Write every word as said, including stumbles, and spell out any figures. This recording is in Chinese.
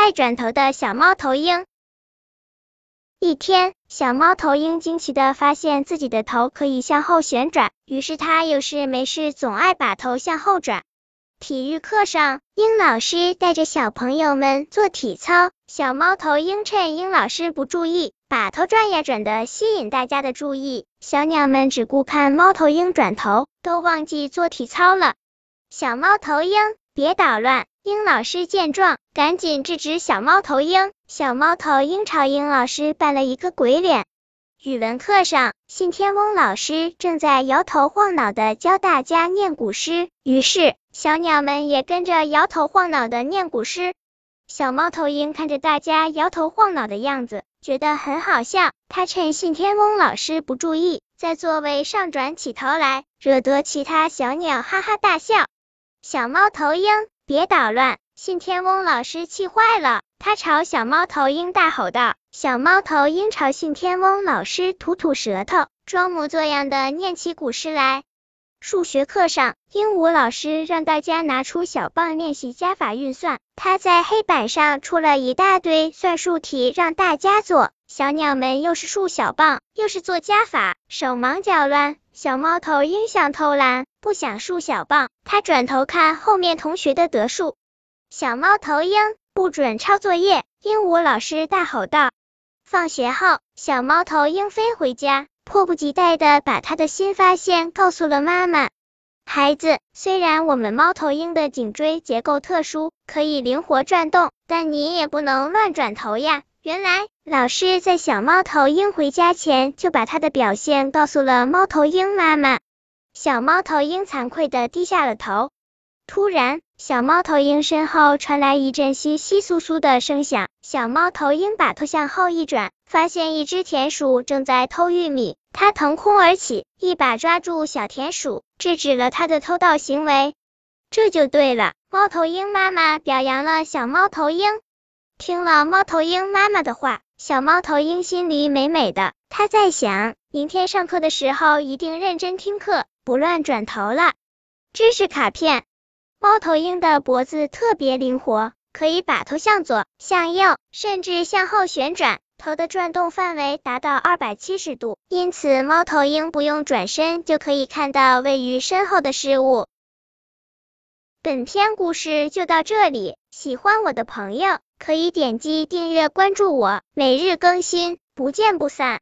爱转头的小猫头鹰。一天，小猫头鹰惊奇地发现自己的头可以向后旋转，于是它有事没事总爱把头向后转。体育课上，鹰老师带着小朋友们做体操，小猫头鹰趁鹰老师不注意，把头转呀转的吸引大家的注意，小鸟们只顾看猫头鹰转头，都忘记做体操了。小猫头鹰，别捣乱！鹰老师见状，赶紧制止小猫头鹰。小猫头鹰朝鹰老师扮了一个鬼脸。语文课上，信天翁老师正在摇头晃脑的教大家念古诗，于是小鸟们也跟着摇头晃脑的念古诗。小猫头鹰看着大家摇头晃脑的样子，觉得很好笑，他趁信天翁老师不注意，在座位上转起头来，惹得其他小鸟哈哈大笑。小猫头鹰，别捣乱！信天翁老师气坏了，他朝小猫头鹰大吼道。小猫头鹰朝信天翁老师吐吐舌头，装模作样的念起古诗来。数学课上，鹦鹉老师让大家拿出小棒练习加法运算，他在黑板上出了一大堆算术题让大家做，小鸟们又是数小棒，又是做加法，手忙脚乱。小猫头鹰想偷懒，不想数小棒，他转头看后面同学的得数。小猫头鹰，不准抄作业！鹦鹉老师大吼道。放学后，小猫头鹰飞回家，迫不及待地把他的新发现告诉了妈妈。孩子，虽然我们猫头鹰的颈椎结构特殊，可以灵活转动，但你也不能乱转头呀。原来，老师在小猫头鹰回家前就把他的表现告诉了猫头鹰妈妈。小猫头鹰惭愧地低下了头。突然，小猫头鹰身后传来一阵窸窸窣窣的声响，小猫头鹰把头向后一转，发现一只田鼠正在偷玉米，它腾空而起，一把抓住小田鼠，制止了它的偷盗行为。这就对了，猫头鹰妈妈表扬了小猫头鹰。听了猫头鹰妈妈的话，小猫头鹰心里美美的，它在想，明天上课的时候一定认真听课，不乱转头了。知识卡片。猫头鹰的脖子特别灵活，可以把头向左、向右，甚至向后旋转，头的转动范围达到二百七十度，因此猫头鹰不用转身就可以看到位于身后的事物。本篇故事就到这里，喜欢我的朋友可以点击订阅关注我，每日更新，不见不散。